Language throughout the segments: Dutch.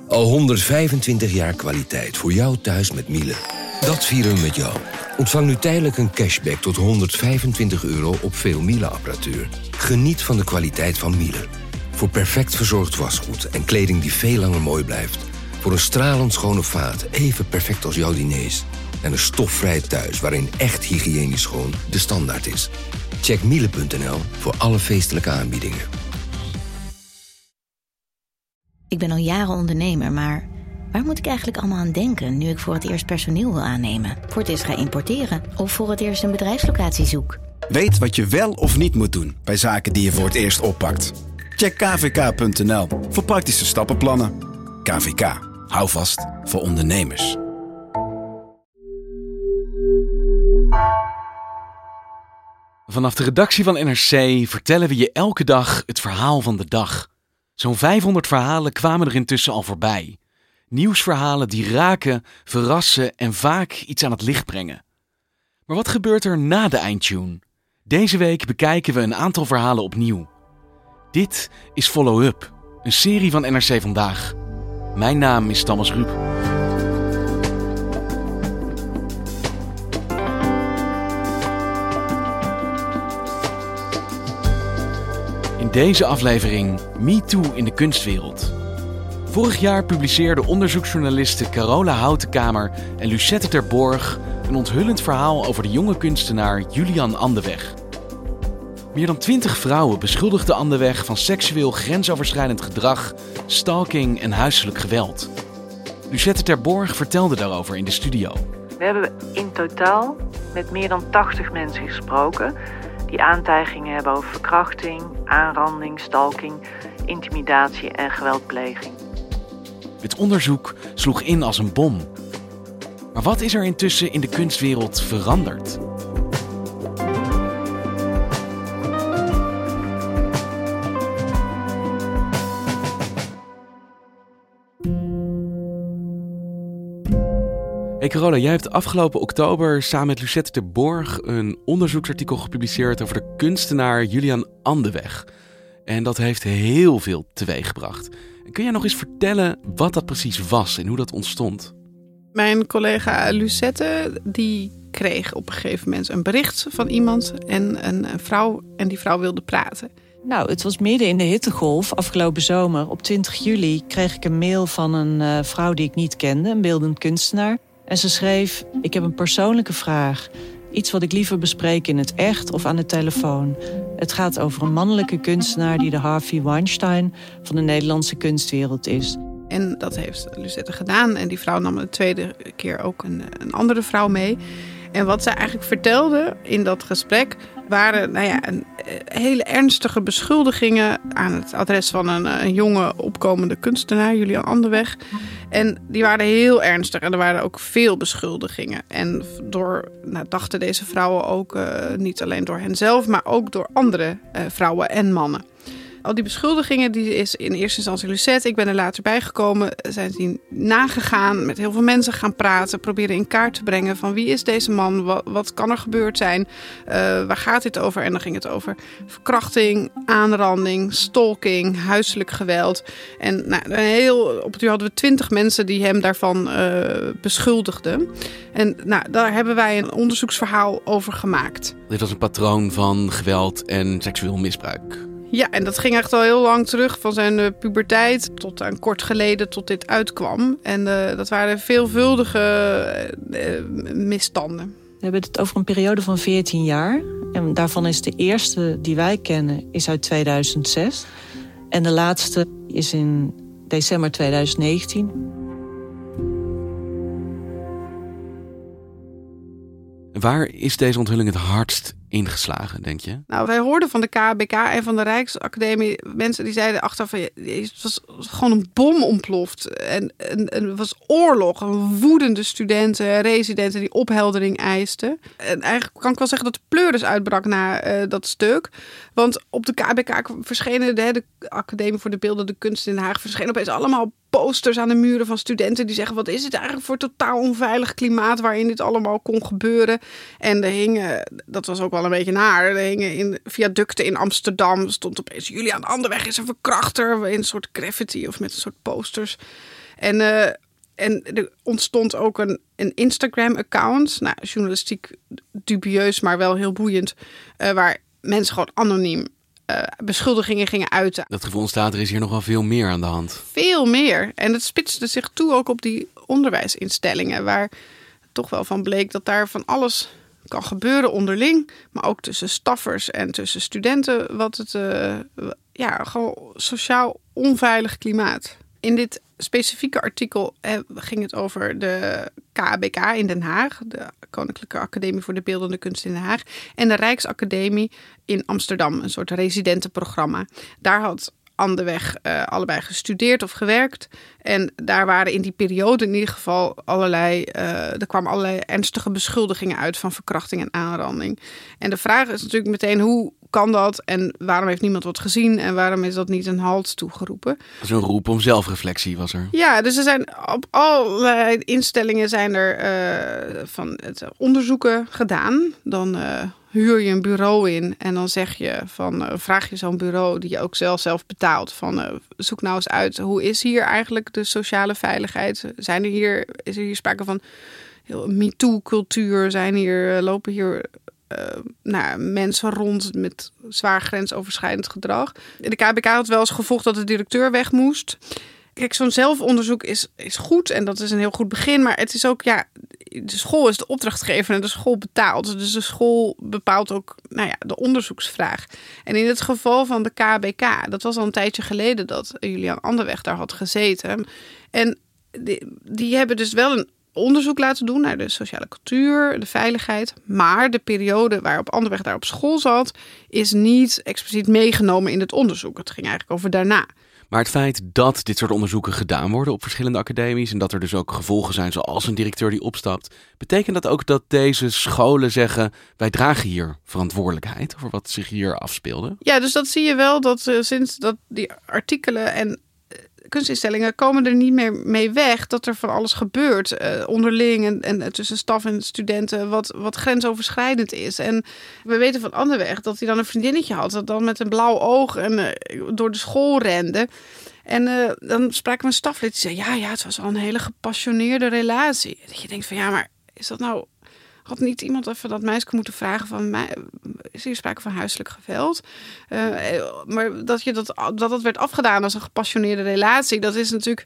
Al 125 jaar kwaliteit voor jou thuis met Miele. Dat vieren we met jou. Ontvang nu tijdelijk een cashback tot €125 op veel Miele-apparatuur. Geniet van de kwaliteit van Miele. Voor perfect verzorgd wasgoed en kleding die veel langer mooi blijft. Voor een stralend schone vaat, even perfect als jouw diners. En een stofvrij thuis waarin echt hygiënisch schoon de standaard is. Check miele.nl voor alle feestelijke aanbiedingen. Ik ben al jaren ondernemer, maar waar moet ik eigenlijk allemaal aan denken nu ik voor het eerst personeel wil aannemen, voor het eerst ga importeren of voor het eerst een bedrijfslocatie zoek? Weet wat je wel of niet moet doen bij zaken die je voor het eerst oppakt. Check kvk.nl voor praktische stappenplannen. KVK, hou vast voor ondernemers. Vanaf de redactie van NRC vertellen we je elke dag het verhaal van de dag. Zo'n 500 verhalen kwamen er intussen al voorbij. Nieuwsverhalen die raken, verrassen en vaak iets aan het licht brengen. Maar wat gebeurt er na de eindtune? Deze week bekijken we een aantal verhalen opnieuw. Dit is Follow Up, een serie van NRC Vandaag. Mijn naam is Thomas Ruip. In deze aflevering MeToo in de kunstwereld. Vorig jaar publiceerden onderzoeksjournalisten Carola Houtenkamer en Lucette ter Borg een onthullend verhaal over de jonge kunstenaar Julian Andeweg. Meer dan 20 vrouwen beschuldigden Andeweg van seksueel grensoverschrijdend gedrag, stalking en huiselijk geweld. Lucette ter Borg vertelde daarover in de studio. We hebben in totaal met meer dan 80 mensen gesproken die aantijgingen hebben over verkrachting, aanranding, stalking, intimidatie en geweldpleging. Het onderzoek sloeg in als een bom. Maar wat is er intussen in de kunstwereld veranderd? Hey Carola, jij hebt afgelopen oktober samen met Lucette ter Borg een onderzoeksartikel gepubliceerd over de kunstenaar Julian Andeweg. En dat heeft heel veel teweeggebracht. Kun jij nog eens vertellen wat dat precies was en hoe dat ontstond? Mijn collega Lucette die kreeg op een gegeven moment een bericht van iemand en een vrouw. En die vrouw wilde praten. Nou, het was midden in de hittegolf afgelopen zomer. Op 20 juli kreeg ik een mail van een vrouw die ik niet kende, een beeldend kunstenaar. En ze schreef: ik heb een persoonlijke vraag. Iets wat ik liever bespreek in het echt of aan de telefoon. Het gaat over een mannelijke kunstenaar die de Harvey Weinstein van de Nederlandse kunstwereld is. En dat heeft Lucette gedaan. En die vrouw nam de tweede keer ook een andere vrouw mee. En wat zij eigenlijk vertelde in dat gesprek waren hele ernstige beschuldigingen aan het adres van een jonge opkomende kunstenaar, Julian Andeweg. En die waren heel ernstig en er waren ook veel beschuldigingen. En dachten deze vrouwen ook niet alleen door henzelf, maar ook door andere vrouwen en mannen. Al die beschuldigingen, die is in eerste instantie Lucette, ik ben er later bijgekomen, zijn die nagegaan, met heel veel mensen gaan praten, proberen in kaart te brengen van wie is deze man, wat kan er gebeurd zijn, waar gaat dit over? En dan ging het over verkrachting, aanranding, stalking, huiselijk geweld. En op het duur hadden we 20 mensen die hem daarvan beschuldigden. En daar hebben wij een onderzoeksverhaal over gemaakt. Dit was een patroon van geweld en seksueel misbruik. Ja, en dat ging echt al heel lang terug, van zijn puberteit tot aan kort geleden tot dit uitkwam. En dat waren veelvuldige misstanden. We hebben het over een periode van 14 jaar. En daarvan is de eerste die wij kennen is uit 2006. En de laatste is in december 2019. Waar is deze onthulling het hardst ingeslagen, denk je? Nou, wij hoorden van de KBK en van de Rijksacademie mensen die zeiden achteraf van het was gewoon een bom ontploft. En het was oorlog. Woedende studenten, residenten die opheldering eisten. En eigenlijk kan ik wel zeggen dat de pleuris uitbrak na dat stuk. Want op de KBK verschenen de Academie voor de Beeldende Kunst in Den Haag verschenen opeens allemaal posters aan de muren van studenten die zeggen: wat is het eigenlijk voor totaal onveilig klimaat waarin dit allemaal kon gebeuren? En er hingen, dat was ook wel een beetje naar, er hingen in viaducten in Amsterdam stond opeens: Julian Andeweg is een verkrachter, in een soort graffiti of met een soort posters. En er ontstond ook een Instagram-account. Nou, journalistiek dubieus, maar wel heel boeiend. Waar mensen gewoon anoniem beschuldigingen gingen uiten. Dat gevoel ontstaat, er is hier nog wel veel meer aan de hand. Veel meer. En het spitste zich toe ook op die onderwijsinstellingen. Waar toch wel van bleek dat daar van alles kan gebeuren onderling. Maar ook tussen staffers en tussen studenten. Wat het gewoon sociaal onveilig klimaat. In dit specifieke artikel ging het over de KABK in Den Haag. De Koninklijke Academie voor de Beeldende Kunst in Den Haag. En de Rijksacademie in Amsterdam. Een soort residentenprogramma. Daar had Andeweg allebei gestudeerd of gewerkt. En daar waren in die periode in ieder geval er kwamen allerlei ernstige beschuldigingen uit van verkrachting en aanranding. En de vraag is natuurlijk meteen, hoe kan dat? En waarom heeft niemand wat gezien? En waarom is dat niet een halt toegeroepen? Dat is een roep om zelfreflectie, was er. Ja, dus er zijn op allerlei instellingen zijn er van het onderzoeken gedaan. Dan huur je een bureau in en dan vraag je zo'n bureau die je ook zelf betaalt. Zoek nou eens uit, hoe is hier eigenlijk de sociale veiligheid? Is er hier sprake van MeToo-cultuur? Lopen hier mensen rond met zwaar grensoverschrijdend gedrag? De KBK had wel eens gevolgd dat de directeur weg moest. Kijk, zo'n zelfonderzoek is goed en dat is een heel goed begin. Maar het is ook, de school is de opdrachtgever en de school betaalt. Dus de school bepaalt ook de onderzoeksvraag. En in het geval van de KBK, dat was al een tijdje geleden dat Julian Andeweg daar had gezeten. En die hebben dus wel een onderzoek laten doen naar de sociale cultuur, de veiligheid. Maar de periode waarop Andeweg daar op school zat, is niet expliciet meegenomen in het onderzoek. Het ging eigenlijk over daarna. Maar het feit dat dit soort onderzoeken gedaan worden op verschillende academies en dat er dus ook gevolgen zijn zoals een directeur die opstapt, betekent dat ook dat deze scholen zeggen, wij dragen hier verantwoordelijkheid over wat zich hier afspeelde? Ja, dus dat zie je wel, dat sinds dat die artikelen en kunstinstellingen komen er niet meer mee weg dat er van alles gebeurt onderling en tussen staf en studenten wat grensoverschrijdend is. En we weten van Andeweg dat hij dan een vriendinnetje had dat dan met een blauw oog door de school rende. En dan spraken we een staflid die zei, ja, het was al een hele gepassioneerde relatie. Dat je denkt van, maar is dat nou... Had niet iemand even dat meisje moeten vragen van mij, is hier sprake van huiselijk geweld? Maar dat werd afgedaan als een gepassioneerde relatie, dat is natuurlijk,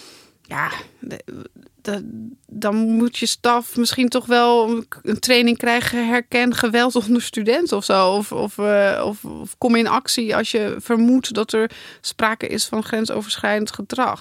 dan moet je staf misschien toch wel een training krijgen, herken geweld onder studenten of zo. Of kom in actie als je vermoedt dat er sprake is van grensoverschrijdend gedrag.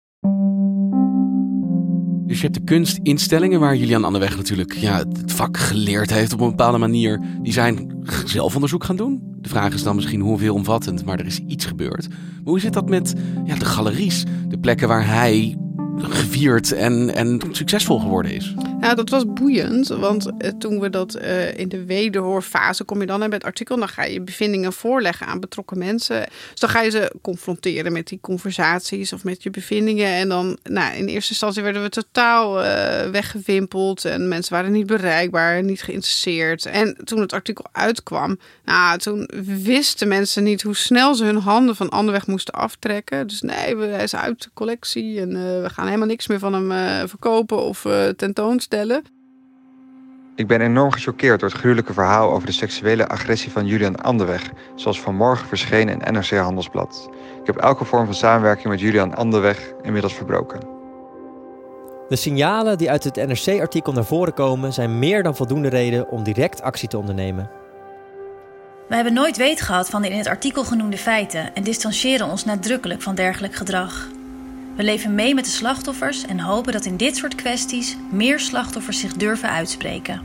Dus je hebt de kunstinstellingen waar Julian Andeweg natuurlijk het vak geleerd heeft op een bepaalde manier. Die zijn zelfonderzoek gaan doen. De vraag is dan misschien hoeveel omvattend, maar er is iets gebeurd. Maar hoe zit dat met de galeries? De plekken waar hij gevierd en succesvol geworden is. Ja, dat was boeiend, want toen we dat in de wederhoorfase kom je dan bij het artikel, dan ga je bevindingen voorleggen aan betrokken mensen. Dus dan ga je ze confronteren met die conversaties of met je bevindingen. En dan, in eerste instantie werden we totaal weggewimpeld en mensen waren niet bereikbaar, niet geïnteresseerd. En toen het artikel uitkwam, toen wisten mensen niet hoe snel ze hun handen van Andeweg moesten aftrekken. Dus hij is uit de collectie en we gaan helemaal niks meer van hem verkopen of tentoonstellen. Ik ben enorm gechoqueerd door het gruwelijke verhaal over de seksuele agressie van Julian Andeweg, zoals vanmorgen verscheen in NRC Handelsblad. Ik heb elke vorm van samenwerking met Julian Andeweg inmiddels verbroken. De signalen die uit het NRC-artikel naar voren komen zijn meer dan voldoende reden om direct actie te ondernemen. We hebben nooit weet gehad van de in het artikel genoemde feiten en distancieren ons nadrukkelijk van dergelijk gedrag. We leven mee met de slachtoffers en hopen dat in dit soort kwesties meer slachtoffers zich durven uitspreken.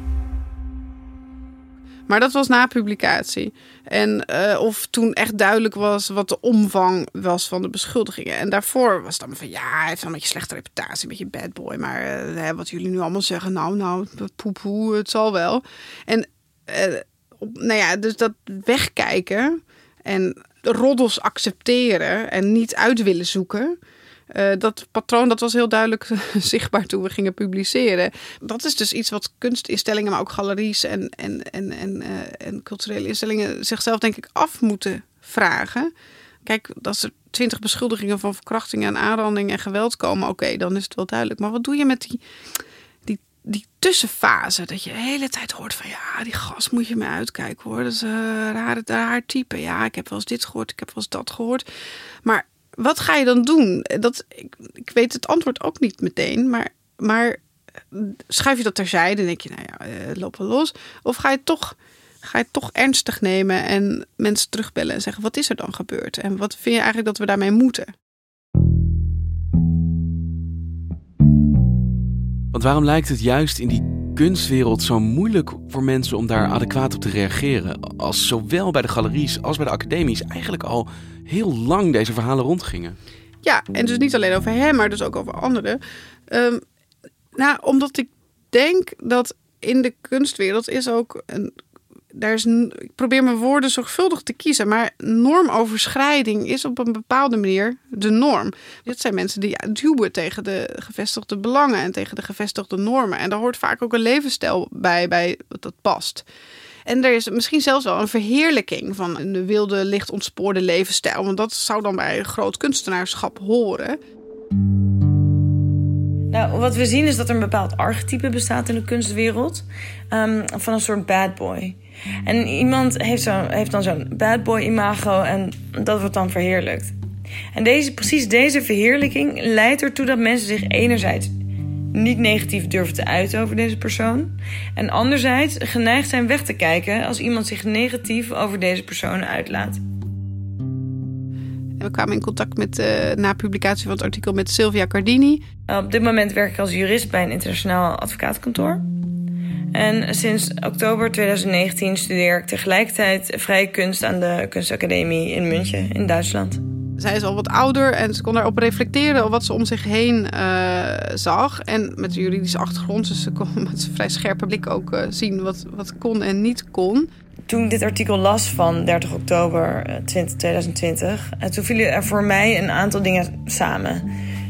Maar dat was na publicatie. En of toen echt duidelijk was wat de omvang was van de beschuldigingen. En daarvoor was het allemaal van, hij heeft wel een beetje slechte reputatie, een beetje bad boy. Maar wat jullie nu allemaal zeggen, nou, poepoe, het zal wel. En dus dat wegkijken en roddels accepteren en niet uit willen zoeken. Dat patroon dat was heel duidelijk zichtbaar toen we gingen publiceren. Dat is dus iets wat kunstinstellingen, maar ook galeries en culturele instellingen zichzelf denk ik af moeten vragen. Kijk, als er 20 beschuldigingen van verkrachting en aanranding en geweld komen, oké, dan is het wel duidelijk. Maar wat doe je met die tussenfase? Dat je de hele tijd hoort van, ja, die gast moet je mee uitkijken, hoor. Dat is een raar type. Ja, ik heb wel eens dit gehoord, ik heb wel eens dat gehoord. Maar wat ga je dan doen? Ik weet het antwoord ook niet meteen, maar schuif je dat terzijde en denk je, nou ja, loop wel los. Of ga je het toch ernstig nemen en mensen terugbellen en zeggen, wat is er dan gebeurd? En wat vind je eigenlijk dat we daarmee moeten? Want waarom lijkt het juist in die kunstwereld zo moeilijk voor mensen om daar adequaat op te reageren? Als zowel bij de galeries als bij de academies eigenlijk al heel lang deze verhalen rondgingen. Ja, en dus niet alleen over hem, maar dus ook over anderen. Omdat ik denk dat in de kunstwereld is ook ik probeer mijn woorden zorgvuldig te kiezen, maar normoverschrijding is op een bepaalde manier de norm. Dit zijn mensen die duwen tegen de gevestigde belangen en tegen de gevestigde normen. En daar hoort vaak ook een levensstijl bij dat past. En er is misschien zelfs wel een verheerlijking van een wilde, licht ontspoorde levensstijl. Want dat zou dan bij groot kunstenaarschap horen. Nou, wat we zien is dat er een bepaald archetype bestaat in de kunstwereld. Van een soort bad boy. En iemand heeft dan zo'n bad boy imago en dat wordt dan verheerlijkt. En precies deze verheerlijking leidt ertoe dat mensen zich enerzijds niet negatief durven te uiten over deze persoon. En anderzijds geneigd zijn weg te kijken als iemand zich negatief over deze persoon uitlaat. We kwamen in contact met, na publicatie van het artikel, met Silvia Cardini. Op dit moment werk ik als jurist bij een internationaal advocaatkantoor. En sinds oktober 2019 studeer ik tegelijkertijd vrije kunst aan de Kunstacademie in München in Duitsland. Zij is al wat ouder en ze kon daarop reflecteren op wat ze om zich heen zag. En met een juridische achtergrond, dus ze kon met een vrij scherpe blik ook zien wat kon en niet kon. Toen ik dit artikel las van 30 oktober 2020... toen vielen er voor mij een aantal dingen samen.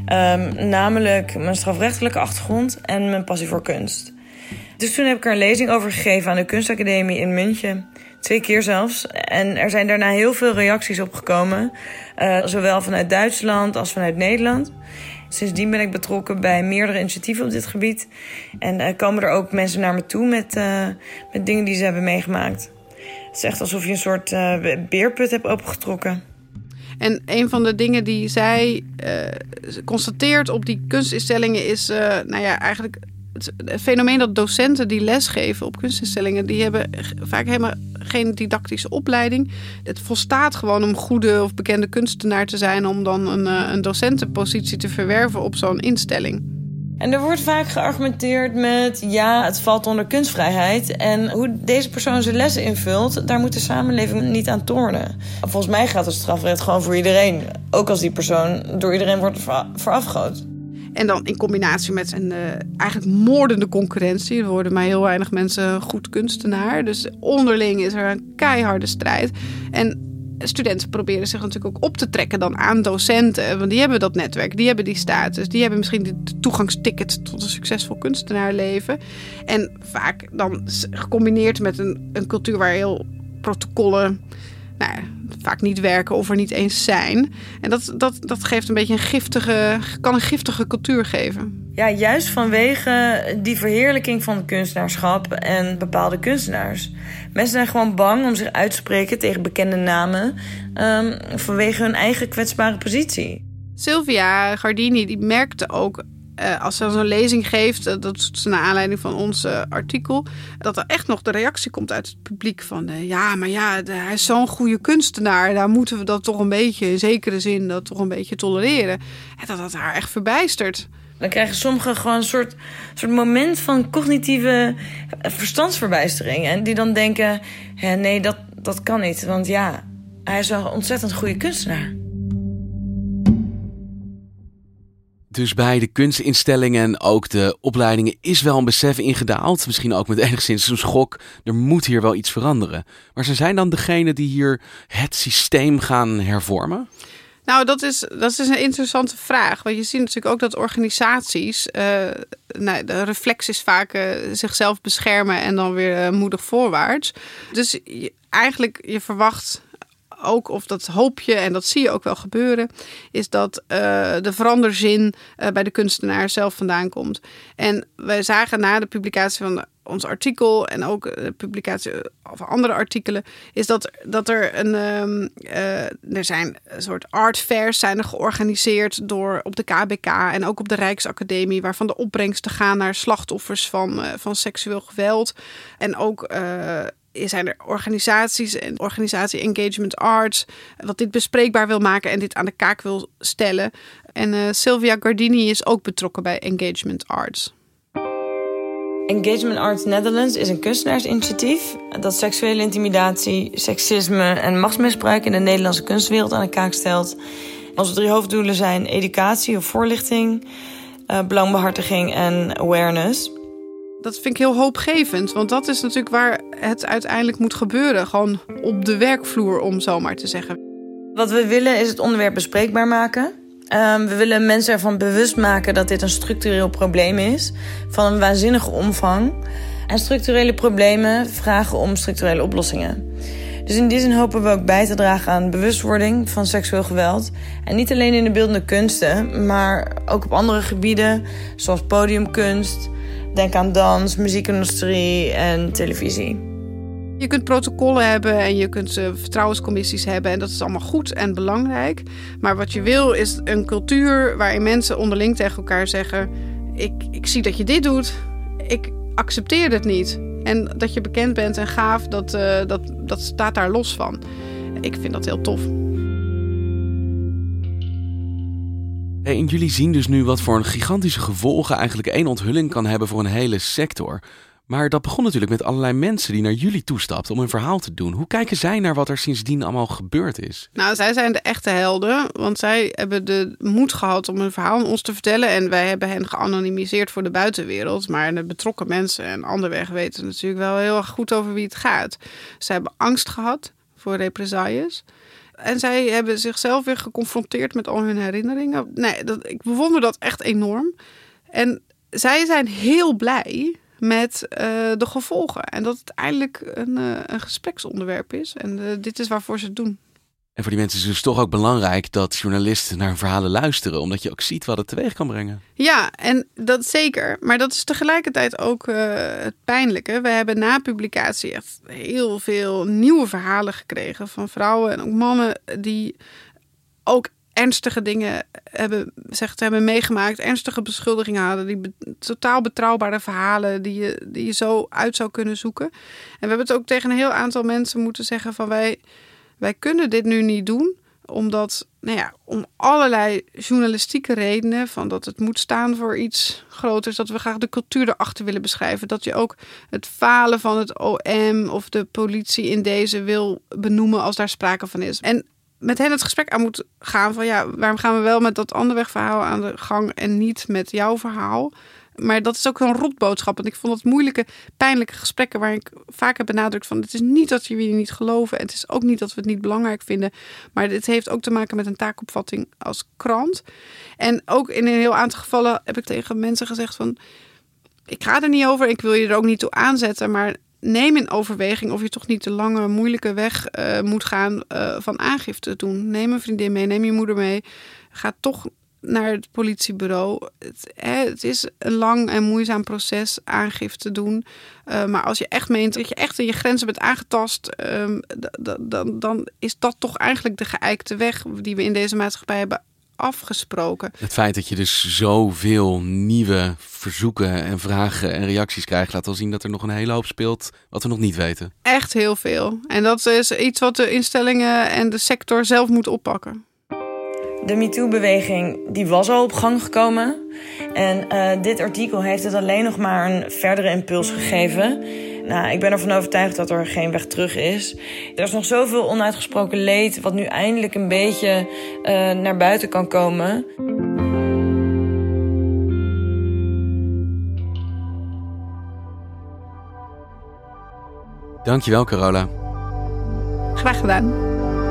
Namelijk mijn strafrechtelijke achtergrond en mijn passie voor kunst. Dus toen heb ik er een lezing over gegeven aan de Kunstacademie in München. 2 keer zelfs. En er zijn daarna heel veel reacties op gekomen. Zowel vanuit Duitsland als vanuit Nederland. Sindsdien ben ik betrokken bij meerdere initiatieven op dit gebied. En komen er ook mensen naar me toe met dingen die ze hebben meegemaakt. Het is echt alsof je een soort beerput hebt opengetrokken. En een van de dingen die zij constateert op die kunstinstellingen is eigenlijk het fenomeen dat docenten die lesgeven op kunstinstellingen, die hebben vaak helemaal geen didactische opleiding. Het volstaat gewoon om goede of bekende kunstenaar te zijn om dan een docentenpositie te verwerven op zo'n instelling. En er wordt vaak geargumenteerd met, ja, het valt onder kunstvrijheid. En hoe deze persoon zijn lessen invult, daar moet de samenleving niet aan tornen. Volgens mij gaat het strafrecht gewoon voor iedereen. Ook als die persoon door iedereen wordt verafgoot. En dan in combinatie met een eigenlijk moordende concurrentie. Er worden maar heel weinig mensen goed kunstenaar. Dus onderling is er een keiharde strijd. En studenten proberen zich natuurlijk ook op te trekken dan aan docenten. Want die hebben dat netwerk, die hebben die status. Die hebben misschien de toegangsticket tot een succesvol kunstenaarleven. En vaak dan gecombineerd met een cultuur waar heel protocollen vaak niet werken of er niet eens zijn. En dat geeft een beetje kan een giftige cultuur geven. Ja, juist vanwege die verheerlijking van het kunstenaarschap en bepaalde kunstenaars. Mensen zijn gewoon bang om zich uit te spreken tegen bekende namen vanwege hun eigen kwetsbare positie. Silvia Gardini die merkte ook als ze zo'n lezing geeft, dat is naar aanleiding van ons artikel, dat er echt nog de reactie komt uit het publiek van hij is zo'n goede kunstenaar, daar moeten we dat toch een beetje, in zekere zin, dat toch een beetje tolereren. En dat haar echt verbijstert. Dan krijgen sommigen gewoon een soort moment van cognitieve verstandsverbijstering. En die dan denken, nee, dat kan niet. Want ja, hij is wel een ontzettend goede kunstenaar. Dus bij de kunstinstellingen en ook de opleidingen is wel een besef ingedaald. Misschien ook met enigszins een schok. Er moet hier wel iets veranderen. Maar ze zijn dan degene die hier het systeem gaan hervormen? Nou, dat is een interessante vraag. Want je ziet natuurlijk ook dat organisaties, de reflex is vaak zichzelf beschermen en dan weer moedig voorwaarts. Dus je verwacht ook, of dat hoop je en dat zie je ook wel gebeuren, is dat de veranderzin bij de kunstenaar zelf vandaan komt. En wij zagen na de publicatie van ons artikel en ook de publicatie van andere artikelen, is dat er er zijn een soort art fairs zijn georganiseerd op de KBK en ook op de Rijksacademie, waarvan de opbrengsten gaan naar slachtoffers van seksueel geweld. En ook zijn er organisaties en organisatie Engagement Arts, wat dit bespreekbaar wil maken en dit aan de kaak wil stellen. En Sylvia Gardini is ook betrokken bij Engagement Arts. Engagement Arts Netherlands is een kunstenaarsinitiatief dat seksuele intimidatie, seksisme en machtsmisbruik in de Nederlandse kunstwereld aan de kaak stelt. Onze 3 hoofddoelen zijn educatie of voorlichting, belangbehartiging en awareness. Dat vind ik heel hoopgevend, want dat is natuurlijk waar het uiteindelijk moet gebeuren. Gewoon op de werkvloer, om zo maar te zeggen. Wat we willen is het onderwerp bespreekbaar maken. We willen mensen ervan bewust maken dat dit een structureel probleem is, van een waanzinnige omvang. En structurele problemen vragen om structurele oplossingen. Dus in die zin hopen we ook bij te dragen aan bewustwording van seksueel geweld. En niet alleen in de beeldende kunsten, maar ook op andere gebieden, zoals podiumkunst. Denk aan dans, muziekindustrie en televisie. Je kunt protocollen hebben en je kunt vertrouwenscommissies hebben. En dat is allemaal goed en belangrijk. Maar wat je wil is een cultuur waarin mensen onderling tegen elkaar zeggen: ik zie dat je dit doet, ik accepteer het niet. En dat je bekend bent en gaaf, dat staat daar los van. Ik vind dat heel tof. Hey, en jullie zien dus nu wat voor een gigantische gevolgen eigenlijk 1 onthulling kan hebben voor een hele sector. Maar dat begon natuurlijk met allerlei mensen die naar jullie toestapten om een verhaal te doen. Hoe kijken zij naar wat er sindsdien allemaal gebeurd is? Nou, zij zijn de echte helden, want zij hebben de moed gehad om een verhaal aan ons te vertellen. En wij hebben hen geanonimiseerd voor de buitenwereld. Maar de betrokken mensen en Anderweg weten natuurlijk wel heel erg goed over wie het gaat. Ze hebben angst gehad voor represailles. En zij hebben zichzelf weer geconfronteerd met al hun herinneringen. Nee, ik bewonder dat echt enorm. En zij zijn heel blij met de gevolgen. En dat het eindelijk een gespreksonderwerp is. En dit is waarvoor ze het doen. En voor die mensen is het dus toch ook belangrijk dat journalisten naar hun verhalen luisteren, omdat je ook ziet wat het teweeg kan brengen. Ja, en dat zeker. Maar dat is tegelijkertijd ook het pijnlijke. We hebben na publicatie echt heel veel nieuwe verhalen gekregen van vrouwen en ook mannen die ook ernstige dingen hebben meegemaakt, ernstige beschuldigingen hadden, die totaal betrouwbare verhalen die je zo uit zou kunnen zoeken. En we hebben het ook tegen een heel aantal mensen moeten zeggen van wij kunnen dit nu niet doen, omdat, om allerlei journalistieke redenen, van dat het moet staan voor iets groters, dat we graag de cultuur erachter willen beschrijven, dat je ook het falen van het OM of de politie in deze wil benoemen als daar sprake van is. En met hen het gesprek aan moet gaan van waarom gaan we wel met dat Anderweg-verhaal aan de gang en niet met jouw verhaal? Maar dat is ook zo'n rotboodschap. En ik vond dat moeilijke, pijnlijke gesprekken waar ik vaak heb benadrukt van het is niet dat jullie niet geloven. En het is ook niet dat we het niet belangrijk vinden. Maar dit heeft ook te maken met een taakopvatting als krant. En ook in een heel aantal gevallen heb ik tegen mensen gezegd van ik ga er niet over. Ik wil je er ook niet toe aanzetten. Maar neem in overweging of je toch niet de lange, moeilijke weg moet gaan van aangifte doen. Neem een vriendin mee, neem je moeder mee. Ga toch naar het politiebureau. Het is een lang en moeizaam proces aangifte doen. Maar als je echt meent dat je echt in je grenzen bent aangetast, dan is dat toch eigenlijk de geëikte weg die we in deze maatschappij hebben afgesproken. Het feit dat je dus zoveel nieuwe verzoeken en vragen en reacties krijgt, laat al zien dat er nog een hele hoop speelt wat we nog niet weten. Echt heel veel. En dat is iets wat de instellingen en de sector zelf moet oppakken. De MeToo-beweging die was al op gang gekomen. En dit artikel heeft het alleen nog maar een verdere impuls gegeven. Nou, ik ben ervan overtuigd dat er geen weg terug is. Er is nog zoveel onuitgesproken leed wat nu eindelijk een beetje naar buiten kan komen. Dankjewel, Carola. Graag gedaan.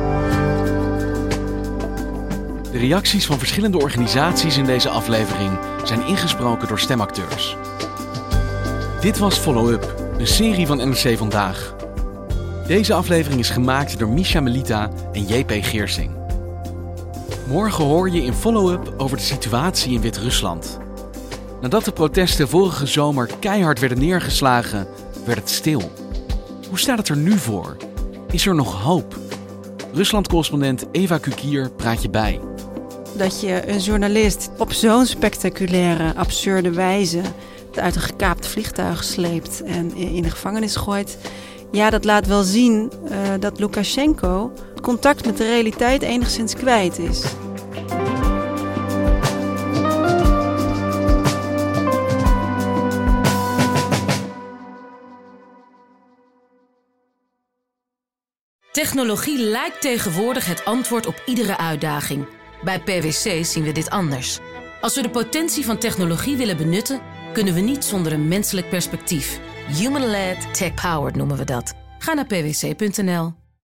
De reacties van verschillende organisaties in deze aflevering zijn ingesproken door stemacteurs. Dit was Follow Up, een serie van NRC Vandaag. Deze aflevering is gemaakt door Misha Melita en JP Geersing. Morgen hoor je in follow-up over de situatie in Wit-Rusland. Nadat de protesten vorige zomer keihard werden neergeslagen, werd het stil. Hoe staat het er nu voor? Is er nog hoop? Rusland-correspondent Eva Kukier praat je bij. Dat je een journalist op zo'n spectaculaire, absurde wijze uit een gekaapt vliegtuig sleept en in de gevangenis gooit. Ja, dat laat wel zien dat Lukasjenko contact met de realiteit enigszins kwijt is. Technologie lijkt tegenwoordig het antwoord op iedere uitdaging. Bij PwC zien we dit anders. Als we de potentie van technologie willen benutten, kunnen we niet zonder een menselijk perspectief. Human-led, tech-powered noemen we dat. Ga naar pwc.nl.